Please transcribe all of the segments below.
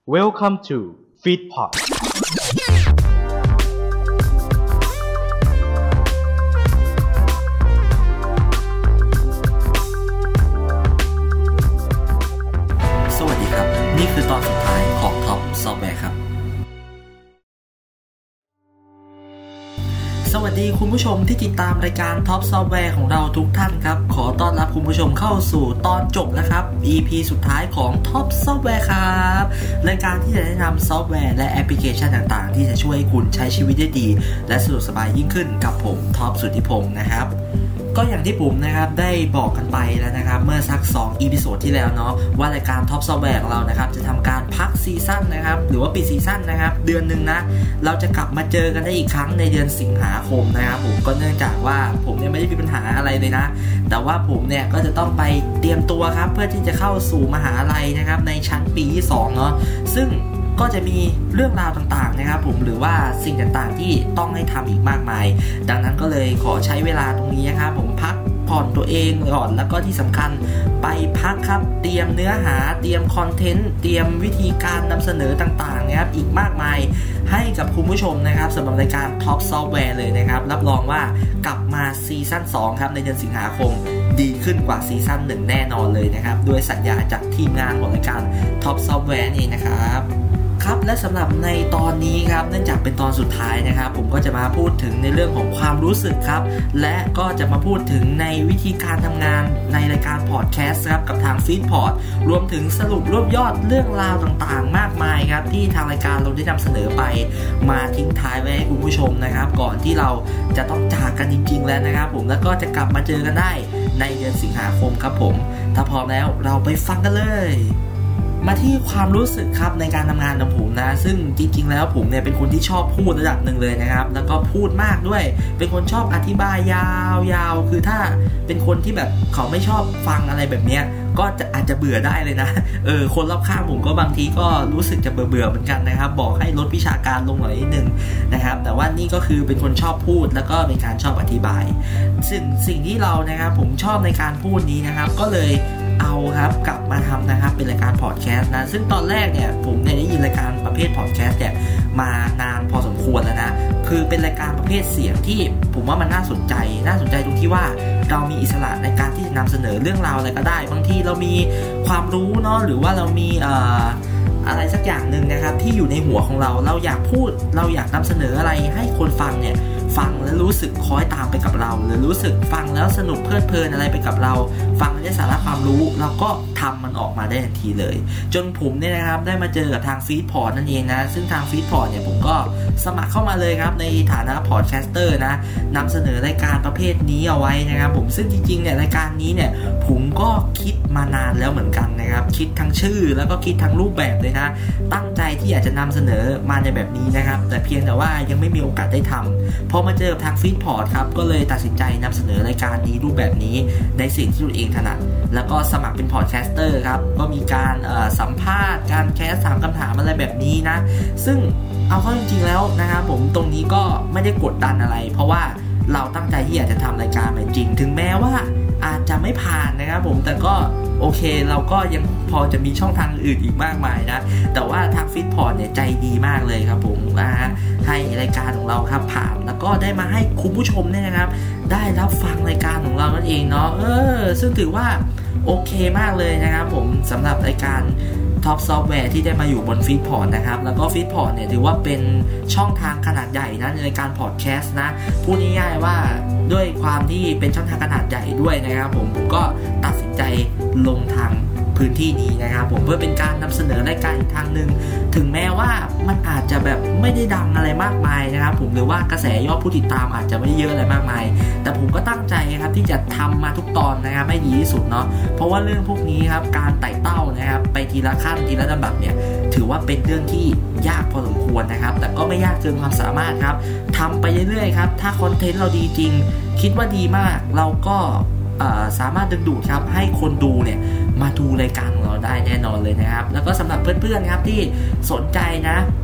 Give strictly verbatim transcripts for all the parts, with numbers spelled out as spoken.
Welcome to Feedpot สวัสดีครับนี่คือตอนสุดท้ายของ Top Software ครับสวัสดีคุณผู้ชมที่ติดตามรายการ Top Software ของเราทุกท่านครับขอต้อนรับคุณผู้ชมเข้าสู่ตอนจบนะครับ อี พี สุดท้ายของ Top Software ครับรายการที่จะแนะนำซอฟต์แวร์และแอปพลิเคชันต่างๆที่จะช่วยให้คุณใช้ชีวิตได้ดีและสะดวกสบายยิ่งขึ้นกับผมท็อปสุทธิพงศ์นะครับก็อย่างที่ผมนะครับได้บอกกันไปแล้วนะครับเมื่อสักสองอีพิโซดที่แล้วเนาะว่ารายการ Top Software ของเรานะครับจะทำการพักซีซั่นนะครับหรือว่าปิดซีซั่นนะครับเดือนนึงนะเราจะกลับมาเจอกันได้อีกครั้งในเดือนสิงหาคมนะครับผมก็เนื่องจากว่าผมเนี่ยไม่ได้มีปัญหาอะไรเลยนะแต่ว่าผมเนี่ยก็จะต้องไปเตรียมตัวครับเพื่อที่จะเข้าสู่มหาลัยนะครับในชั้นปีที่สองเนาะซึ่งก็จะมีเรื่องราวต่างๆนะครับผมหรือว่าสิ่งต่างๆที่ต้องให้ทำอีกมากมายดังนั้นก็เลยขอใช้เวลาตรงนี้นะครับผมพักผ่อนตัวเองก่อนแล้วก็ที่สำคัญไปพักครับเตรียมเนื้อหาเตรียมคอนเทนต์เตรียมวิธีการนำเสนอต่างๆนะครับอีกมากมายให้กับคุณผู้ชมนะครับสำหรับรายการ Top Software เลยนะครับรับรองว่ากลับมาซีซั่นสองครับในเดือนสิงหาคมดีขึ้นกว่าซีซั่นหนึ่งแน่นอนเลยนะครับด้วยสัญญาจากทีมงานของรายการ Top Software นี่นะครับครับและสำหรับในตอนนี้ครับเนื่องจากเป็นตอนสุดท้ายนะครับผมก็จะมาพูดถึงในเรื่องของความรู้สึกครับและก็จะมาพูดถึงในวิธีการทำงานในรายการพอดแคสต์ครับกับทาง Feedpot รวมถึงสรุปรวบยอดเรื่องราวต่างๆมากมายครับที่ทางรายการเราได้นำเสนอไปมาทิ้งท้ายไว้ให้คุณผู้ชมนะครับก่อนที่เราจะต้องจากกันจริงๆแล้วนะครับผมแล้วก็จะกลับมาเจอกันได้ในเดือนสิงหาคมครับผมถ้าพร้อมแล้วเราไปฟังกันเลยมาที่ความรู้สึกครับในการทำงานของผมนะซึ่งจริงๆแล้วผมเนี่ยเป็นคนที่ชอบพูดระดับหนึ่งเลยนะครับแล้วก็พูดมากด้วยเป็นคนชอบอธิบายยาวๆคือถ้าเป็นคนที่แบบเขาไม่ชอบฟังอะไรแบบเนี้ยก็จะอาจจะเบื่อได้เลยนะเออคนรอบข้างผมก็บางทีก็รู้สึกจะเบื่อๆเหมือนกันนะครับบอกให้ลดวิชาการลงหน่อยนิดนึงนะครับแต่ว่านี่ก็คือเป็นคนชอบพูดแล้วก็เป็นการชอบอธิบายซึ่งสิ่งที่เรานะครับผมชอบในการพูดนี้นะครับก็เลยเอาครับกลับมาทำนะครับเป็นรายการพอดแคสต์นะซึ่งตอนแรกเนี่ยผมเนี่ยได้ยินรายการประเภทพอดแคสต์เนี่ยมานานพอสมควรแล้วนะคือเป็นรายการประเภทเสียงที่ผมว่ามันน่าสนใจน่าสนใจตรงที่ว่าเรามีอิสระในการที่จะนำเสนอเรื่องราวอะไรก็ได้บางทีเรามีความรู้เนาะหรือว่าเรามีเอ่ออะไรสักอย่างนึงนะครับที่อยู่ในหัวของเราเราอยากพูดเราอยากนำเสนออะไรให้คนฟังเนี่ยฟังแล้วรู้สึกคล้อยตามไปกับเราหรือรู้สึกฟังแล้วสนุกเพลิดเพลินอะไรไปกับเราฟังได้สาระความรู้เราก็ทำมันออกมาได้ทันทีเลยจนผมเนี่ยนะครับได้มาเจอกับทาง Feedpot นั่นเองนะซึ่งทาง Feedpot เนี่ยผมก็สมัครเข้ามาเลยครับในฐานะพอดแคสเตอร์นะนำเสนอรายการประเภทนี้เอาไว้นะครับผมซึ่งจริงๆเนี่ยรายการนี้เนี่ยผมก็คิดมานานแล้วเหมือนกันนะครับคิดทั้งชื่อแล้วก็คิดทั้งรูปแบบเลยนะตั้งใจที่อยากจะนำเสนอมาในแบบนี้นะครับแต่เพียงแต่ว่ายังไม่มีโอกาสได้ทำพอมาเจอทาง Feedpot ครับก็เลยตัดสินใจนำเสนอรายการนี้รูปแบบนี้ในสิ่งที่ตัวเองถนัดแล้วก็สมัครเป็นพอดแคสเตอร์ครับก็มีการสัมภาษณ์การแคสถามคำถามอะไรแบบนี้นะซึ่งเอาเข้าจริงๆแล้วนะครับผมตรงนี้ก็ไม่ได้กดดันอะไรเพราะว่าเราตั้งใจที่อยากจะทำรายการแบบจริงถึงแม้ว่าอาจจะไม่ผ่านนะครับผมแต่ก็โอเคเราก็ยังพอจะมีช่องทางอื่นอีกมากมายนะแต่ว่าทาง Feedpot เนี่ยใจดีมากเลยครับผมนะให้รายการของเราครับผ่านแล้วก็ได้มาให้คุณผู้ชมเนี่ยนะครับได้รับฟังรายการของเรานั่นเองเนาะเออซึ่งถือว่าโอเคมากเลยนะครับผมสำหรับรายการTop Software ที่ได้มาอยู่บน Feedpot นะครับแล้วก็ Feedpot เนี่ยถือว่าเป็นช่องทางขนาดใหญ่นะในรายการ Podcast นะพูดง่ายๆว่าด้วยความที่เป็นช่องทางขนาดใหญ่ด้วยนะครับผมผมก็ตัดสินใจลงทางพื้นที่นี้นะครับผมเพื่อเป็นการนำเสนอรายการอีกทางนึงถึงแม้ว่ามันอาจจะแบบไม่ได้ดังอะไรมากมายนะครับผมหรือว่ากระแสยอดผู้ติดตามอาจจะไม่ได้เยอะอะไรมากมายแต่ผมก็ตั้งใจครับที่จะทำมาทุกตอนนะครับให้ดีที่สุดเนาะเพราะว่าเรื่องพวกนี้ครับการไต่เต้านะครับไปทีละขั้นทีละลำดับเนี่ยถือว่าเป็นเรื่องที่ยากพอสมควรนะครับแต่ก็ไม่ยากเกินความสามารถครับทำไปเรื่อยๆครับถ้าคอนเทนต์เราดีจริงคิดว่าดีมากเราก็สามารถดึงดูดครับให้คนดูเนี่ยมาดูรายการของเราได้แน่นอนเลยนะครับแล้วก็สำหรับเพื่อนๆครับที่สนใจนะ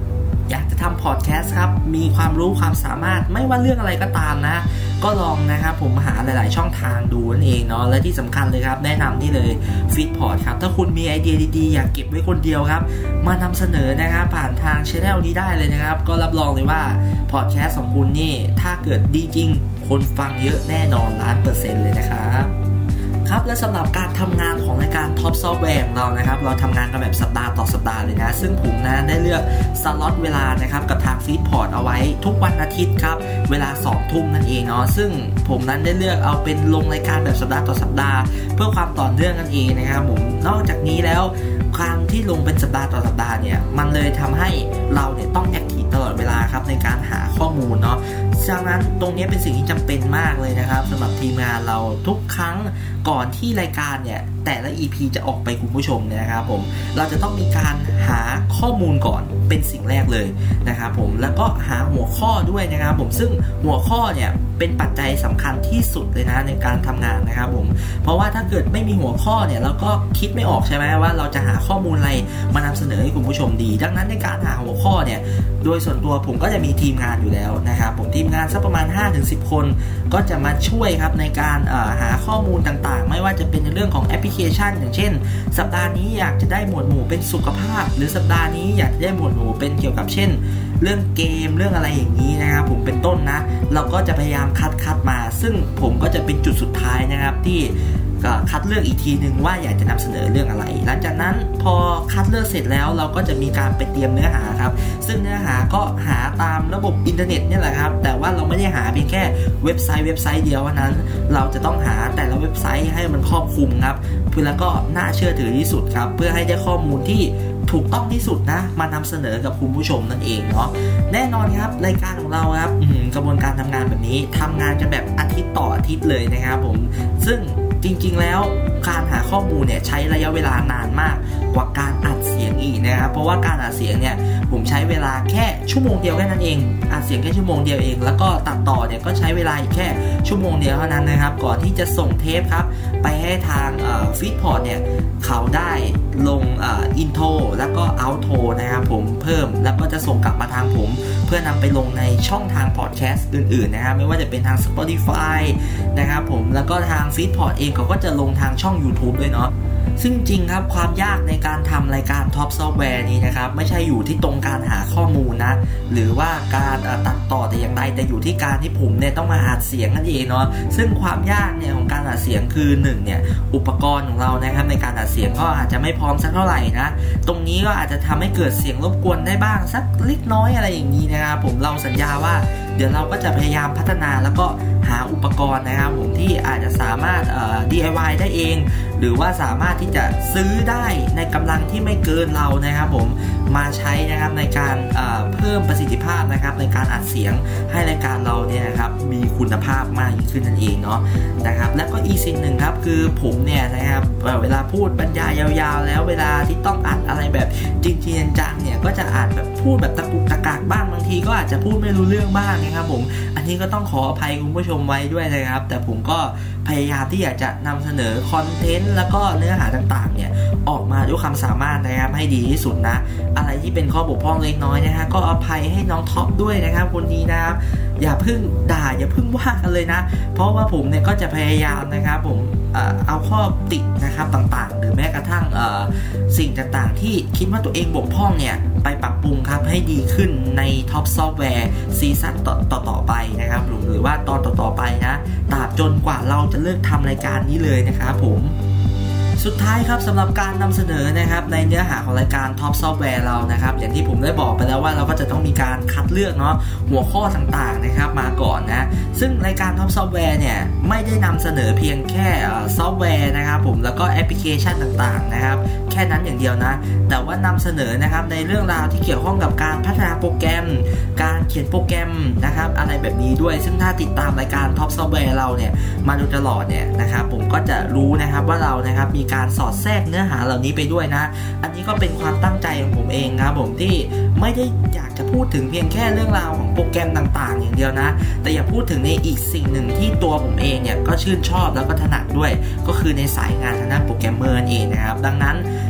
อยากจะทำพอดแคสต์ครับมีความรู้ความสามารถไม่ว่าเรื่องอะไรก็ตามนะก็ลองนะครับผมหาหลายๆช่องทางดูนั่นเองเนาะและที่สำคัญเลยครับแนะนำนี่เลย Feedpot ครับถ้าคุณมีไอเดียดีๆอยากเก็บไว้คนเดียวครับมานำเสนอนะครับผ่านทาง channel นี้ได้เลยนะครับก็รับรองเลยว่าพอดแคสต์ของคุณนี่ถ้าเกิดดีจริงคนฟังเยอะแน่นอนล้านเปอร์เซ็นต์เลยนะครับครับและสำหรับการทำงานของรายการ Top Software ของเรานะครับเราทำงานกันแบบสัปดาห์ต่อสัปดาห์เลยนะซึ่งผมนะได้เลือกสล็อตเวลานะครับกับทาง Feedpot เอาไว้ทุกวันอาทิตย์ครับเวลาสองทุ่มนั่นเองเนาะซึ่งผมนั้นได้เลือกเอาเป็นลงรายการแบบสัปดาห์ต่อสัปดาห์เพื่อความต่อเนื่องนั่นเองนะครับผมนอกจากนี้แล้วการที่ลงเป็นสัปดาห์ต่อสัปดาห์เนี่ยมันเลยทำให้เราเนี่ยต้องแอคทีฟตลอดเวลาครับในการหาข้อมูลเนาะฉะนั้นตรงนี้เป็นสิ่งที่จำเป็นมากเลยนะครับสำหรับทีมงานเราทุกครั้งก่อนที่รายการเนี่ยแต่ละ อี พี จะออกไปคุณผู้ชมเนี่ยนะครับผมเราจะต้องมีการหาข้อมูลก่อนเป็นสิ่งแรกเลยนะครับผมแล้วก็หาหัวข้อด้วยนะครับผมซึ่งหัวข้อเนี่ยเป็นปัจจัยสำคัญที่สุดเลยนะในการทำงานนะครับผมเพราะว่าถ้าเกิดไม่มีหัวข้อเนี่ยเราก็คิดไม่ออกใช่ไหมว่าเราจะหาข้อมูลอะไรมานำเสนอให้คุณผู้ชมดีดังนั้นในการหาหัวข้อเนี่ยโดยส่วนตัวผมก็จะมีทีมงานอยู่แล้วนะครับผมทีมงานสักประมาณ ห้าถึงสิบ คนก็จะมาช่วยครับในการหาข้อมูลต่างๆไม่ว่าจะเป็นในเรื่องของแอปพลิเคชันอย่างเช่นสัปดาห์นี้อยากจะได้หมวดหมู่เป็นสุขภาพหรือสัปดาห์นี้อยากจะได้หมวดหมู่เป็นเกี่ยวกับเช่นเรื่องเกมเรื่องอะไรอย่างนี้นะครับผมเป็นต้นนะเราก็จะพยายามคัดคัดมาซึ่งผมก็จะเป็นจุดสุดท้ายนะครับที่ก็คัดเลือกอีกทีนึงว่าอยากจะนำเสนอเรื่องอะไรหลังจากนั้นพอคัดเลือกเสร็จแล้วเราก็จะมีการไปเตรียมเนื้อหาครับซึ่งเนื้อหาก็หาตามระบบอินเทอร์เน็ตเนี่ยแหละครับแต่ว่าเราไม่ได้หาเพียงแค่เว็บไซต์เว็บไซต์เดียวนั้นเราจะต้องหาแต่ละเว็บไซต์ให้มันครอบคลุมครับเพื่อแล้วก็น่าเชื่อถือที่สุดครับเพื่อให้ได้ข้อมูลที่ถูกต้องที่สุดนะมานำเสนอกับคุณผู้ชมนั่นเองเนาะแน่นอนครับรายการของเราครับกระบวนการทำงานแบบนี้ทำงานกันแบบอาทิตย์ต่ออาทิตย์เลยนะครับผมซึ่งจริงๆแล้วการหาข้อมูลเนี่ยใช้ระยะเวลานานมากกว่าการอัดเสียงอีกนะครับเพราะว่าการอัดเสียงเนี่ยผมใช้เวลาแค่ชั่วโมงเดียวแค่นั้นเองอัดเสียงแค่ชั่วโมงเดียวเองแล้วก็ตัดต่อเนี่ยก็ใช้เวลาอีกแค่ชั่วโมงเดียวเท่านั้นนะครับก่อนที่จะส่งเทปครับไปให้ทางเอ่อ Feedpot เนี่ยเขาได้ลงเอ่อ intro แล้วก็ outro นะครับผมเพิ่มแล้วก็จะส่งกลับมาทางผมเพื่อนำไปลงในช่องทางพอดแคสต์อื่นๆนะครับไม่ว่าจะเป็นทาง Spotify นะครับผมแล้วก็ทาง Feedpot เองเขาก็จะลงทางช่อง YouTube ด้วยเนาะซึ่งจริงครับความยากในการทำรายการ Top Software นี้นะครับไม่ใช่อยู่ที่ตรงการหาข้อมูลนะหรือว่าการตัดต่อแต่อย่างใดแต่อยู่ที่การที่ผมเนี่ยต้องมาอัดเสียงนั่นเองเนาะซึ่งความยากเนี่ยของการอัดเสียงคือหนึ่งเนี่ยอุปกรณ์ของเรานะครับในการอัดเสียงก็อาจจะไม่พร้อมสักเท่าไหร่นะตรงนี้ก็อาจจะทำให้เกิดเสียงรบกวนได้บ้างสักเล็กน้อยอะไรอย่างนี้นะครับผมเราสัญญาว่าเดี๋ยวเราก็จะพยายามพัฒนาแล้วก็หาอุปกรณ์นะครับผมที่อาจจะสามารถเอ่อ ดี ไอ วาย ได้เองหรือว่าสามารถที่จะซื้อได้ในกำลังที่ไม่เกินเรานะครับผมมาใช้นะครับในการเอ่อเพิ่มประสิทธิภาพนะครับในการอัดเสียงให้รายการเราเนี่ยนะครับมีคุณภาพมากยิ่งขึ้นนั่นเองเนาะนะครับแล้วก็อีกสิ่งหนึ่งครับคือผมเนี่ยนะครับเวลาพูดบรรยายยาวๆแล้วเวลาที่ต้องอัดอะไรแบบจริงๆจังๆเนี่ยก็จะอาจแบบพูดแบบตะกุกตะกักบ้างบางทีก็อาจจะพูดไม่รู้เรื่องบ้างนะครับผมอันนี้ก็ต้องขออภัยคุณผู้ชมไว้ด้วยนะครับแต่ผมก็พยายามที่อยากจะนำเสนอคอนเทนต์แล้วก็เนื้อหาต่างๆเนี่ยออกมาด้วยความสามารถนะครับให้ดีที่สุดนะอะไรที่เป็นข้อบกพร่องเล็กน้อยนะฮะก็อภัยให้น้องท็อปด้วยนะครับคนนี้นะครับอย่าเพิ่งด่าอย่าเพิ่งว่ากันเลยนะเพราะว่าผมเนี่ยก็จะพยายามนะครับผมเอาข้อตินะครับต่างๆหรือแม้กระทั่งสิ่งต่างๆที่คิดว่าตัวเองบกพร่องเนี่ยไปปรับปรุงครับให้ดีขึ้นใน Top Software ซีซั่นต่อๆไปนะครับหรือว่าตอนต่อๆไปนะตราบจนกว่าเราจะเลิกทำรายการนี้เลยนะครับผมสุดท้ายครับสำหรับการนำเสนอนะครับในเนื้อหาของรายการ Top Software เรานะครับอย่างที่ผมได้บอกไปแล้วว่าเราก็จะต้องมีการคัดเลือกเนาะหัวข้อต่างๆนะครับมาก่อนนะซึ่งรายการ Top Software เนี่ยไม่ได้นำเสนอเพียงแค่ซอฟต์แวร์นะครับผมแล้วก็แอปพลิเคชันต่างๆนะครับแค่นั้นอย่างเดียวนะแต่ว่านำเสนอนะครับในเรื่องราวที่เกี่ยวข้องกับการพัฒนาโปรแกรมการเขียนโปรแกรมนะครับอะไรแบบนี้ด้วยซึ่งถ้าติดตามรายการ Top Software เราเนี่ยมาโดยตลอดเนี่ยนะครับผมก็จะรู้นะครับว่าเรานะครับมีการสอดแทรกเนื้อหาเหล่านี้ไปด้วยนะอันนี้ก็เป็นความตั้งใจของผมเองครับผมที่ไม่ได้อยากจะพูดถึงเพียงแค่เรื่องราวของโปรแกรมต่างๆอย่างเดียวนะแต่อยากพูดถึงในอีกสิ่งหนึ่งที่ตัวผมเองเนี่ยก็ชื่นชอบแล้วก็ถนัดด้วยก็คือในสายงานทางด้านโปรแกรมเมอร์เองนะครับดังนั้น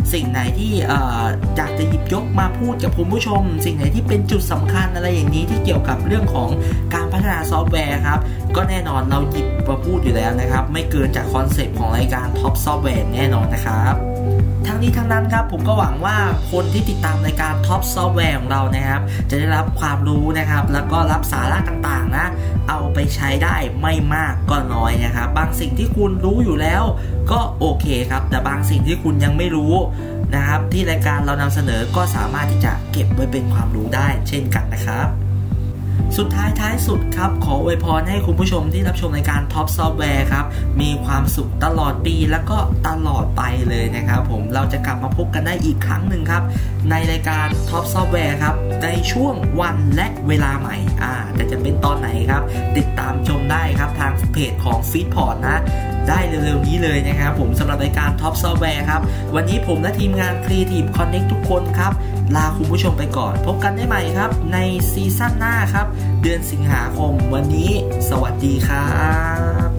สิ่งไหนที่เอ่ออยากจะหยิบยกมาพูดกับคุณผู้ชมสิ่งไหนที่เป็นจุดสำคัญอะไรอย่างนี้ที่เกี่ยวกับเรื่องของการพัฒนาซอฟต์แวร์ครับก็แน่นอนเราหยิบมาพูดอยู่แล้วนะครับไม่เกินจากคอนเซปต์ของรายการท็อปซอฟต์แวร์แน่นอนนะครับทั้งนี้ทั้งนั้นครับผมก็หวังว่าคนที่ติดตามรายการท็อปซอฟต์แวร์ของเรานะครับจะได้รับความรู้นะครับแล้วก็รับสาระต่างๆนะเอาไปใช้ได้ไม่มากก็น้อยนะครับบางสิ่งที่คุณรู้อยู่แล้วก็โอเคครับแต่บางสิ่งที่คุณยังไม่รู้นะครับที่รายการเรานำเสนอก็สามารถที่จะเก็บไว้เป็นความรู้ได้เช่นกันนะครับสุดท้ายท้ายสุดครับขออวยพรให้คุณผู้ชมที่รับชมรายการท็อปซอฟต์แวร์ครับมีความสุขตลอดปีแล้วก็ตลอดไปเลยนะครับผมเราจะกลับมาพบกันได้อีกครั้งหนึ่งครับในรายการท็อปซอฟต์แวร์ครับในช่วงวันและเวลาใหม่อ่าแต่จะเป็นตอนไหนครับติดตามชมได้ครับทางเพจของ Feedport นะได้เร็วๆนี้เลยนะครับผมสำหรับรายการท็อปซอฟต์แวร์ครับวันนี้ผมและทีมงาน Creative Connect ทุกคนครับลาคุณผู้ชมไปก่อนพบกันได้ใหม่ครับในซีซั่นหน้าครับเดือนสิงหาคมวันนี้สวัสดีครับ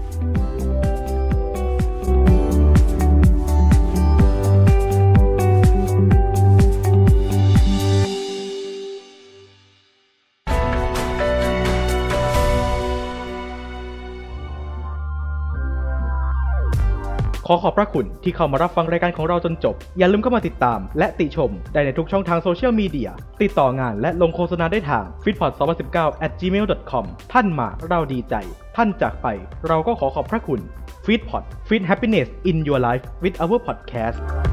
ขอขอบพระคุณที่เข้ามารับฟังรายการของเราจนจบอย่าลืมเข้ามาติดตามและติชมได้ในทุกช่องทางโซเชียลมีเดียติดต่องานและลงโฆษณาได้ทาง ฟีดพอร์ต สองพันสิบเก้า แอท จีเมล ดอท คอม ท่านมาเราดีใจท่านจากไปเราก็ขอขอบพระคุณ Feedport Feed Happiness in Your Life with our podcast